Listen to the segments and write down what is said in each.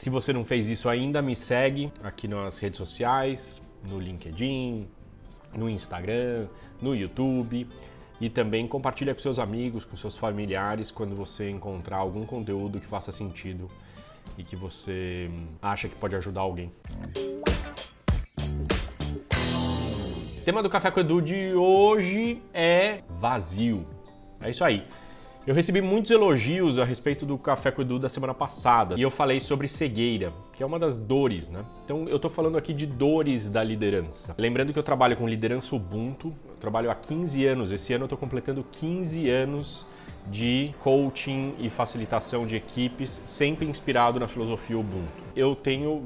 Se você não fez isso ainda, me segue aqui nas redes sociais, no LinkedIn, no Instagram, no YouTube. E também compartilha com seus amigos, com seus familiares, quando você encontrar algum conteúdo que faça sentido e que você acha que pode ajudar alguém. O tema do Café com Edu de hoje é vazio. É isso aí. Eu recebi muitos elogios a respeito do Café com Edu da semana passada e eu falei sobre cegueira, que é uma das dores, né? Então eu tô falando aqui de dores da liderança. Lembrando que eu trabalho com liderança Ubuntu, eu trabalho há 15 anos, esse ano eu tô completando 15 anos de coaching e facilitação de equipes, sempre inspirado na filosofia Ubuntu. Eu tenho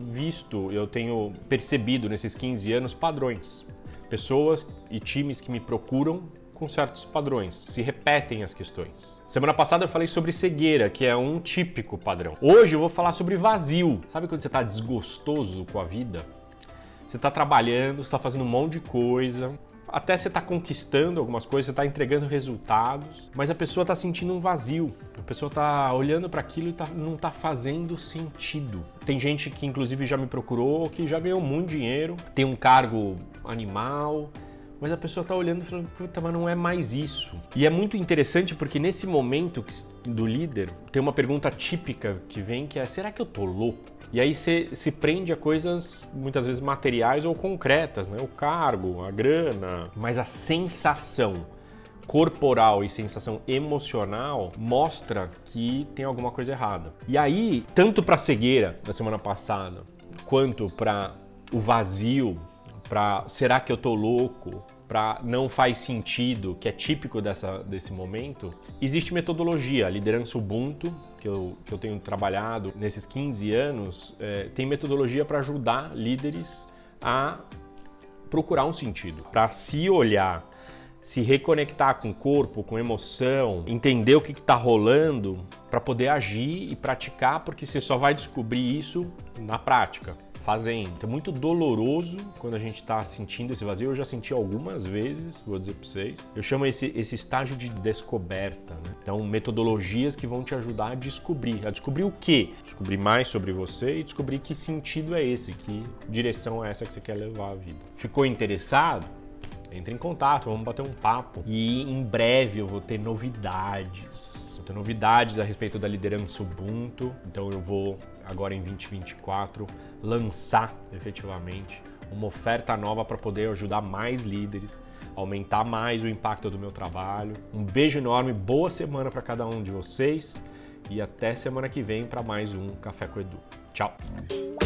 percebido nesses 15 anos padrões. Pessoas e times que me procuram com certos padrões, se repetem as questões. Semana passada eu falei sobre cegueira, que é um típico padrão. Hoje eu vou falar sobre vazio. Sabe quando você está desgostoso com a vida? Você está trabalhando, você está fazendo um monte de coisa, até você está conquistando algumas coisas, você está entregando resultados, mas a pessoa está sentindo um vazio. A pessoa está olhando para aquilo e não está fazendo sentido. Tem gente que inclusive já me procurou, que já ganhou muito dinheiro, tem um cargo animal, mas a pessoa está olhando e falando, puta, mas não é mais isso. E é muito interessante porque nesse momento do líder, tem uma pergunta típica que vem, que é, será que eu tô louco? E aí você se prende a coisas, muitas vezes materiais ou concretas, né? O cargo, a grana, mas a sensação corporal e sensação emocional mostra que tem alguma coisa errada. E aí, tanto para a cegueira da semana passada, quanto para o vazio, para será que eu tô louco, para não faz sentido, que é típico desse momento, existe metodologia. A liderança Ubuntu, que eu tenho trabalhado nesses 15 anos, tem metodologia para ajudar líderes a procurar um sentido, para se olhar, se reconectar com o corpo, com emoção, entender o que está rolando, para poder agir e praticar, porque você só vai descobrir isso na prática, fazendo. Então é muito doloroso quando a gente está sentindo esse vazio. Eu já senti algumas vezes, vou dizer para vocês. Eu chamo esse estágio de descoberta, né? Então, metodologias que vão te ajudar a descobrir. A descobrir o quê? Descobrir mais sobre você e descobrir que sentido é esse, que direção é essa que você quer levar a vida. Ficou interessado? Entre em contato, vamos bater um papo. E em breve eu vou ter novidades. Vou ter novidades a respeito da liderança Ubuntu. Então eu vou, agora em 2024, lançar efetivamente uma oferta nova para poder ajudar mais líderes, aumentar mais o impacto do meu trabalho. Um beijo enorme, boa semana para cada um de vocês e até semana que vem para mais um Café com Edu. Tchau!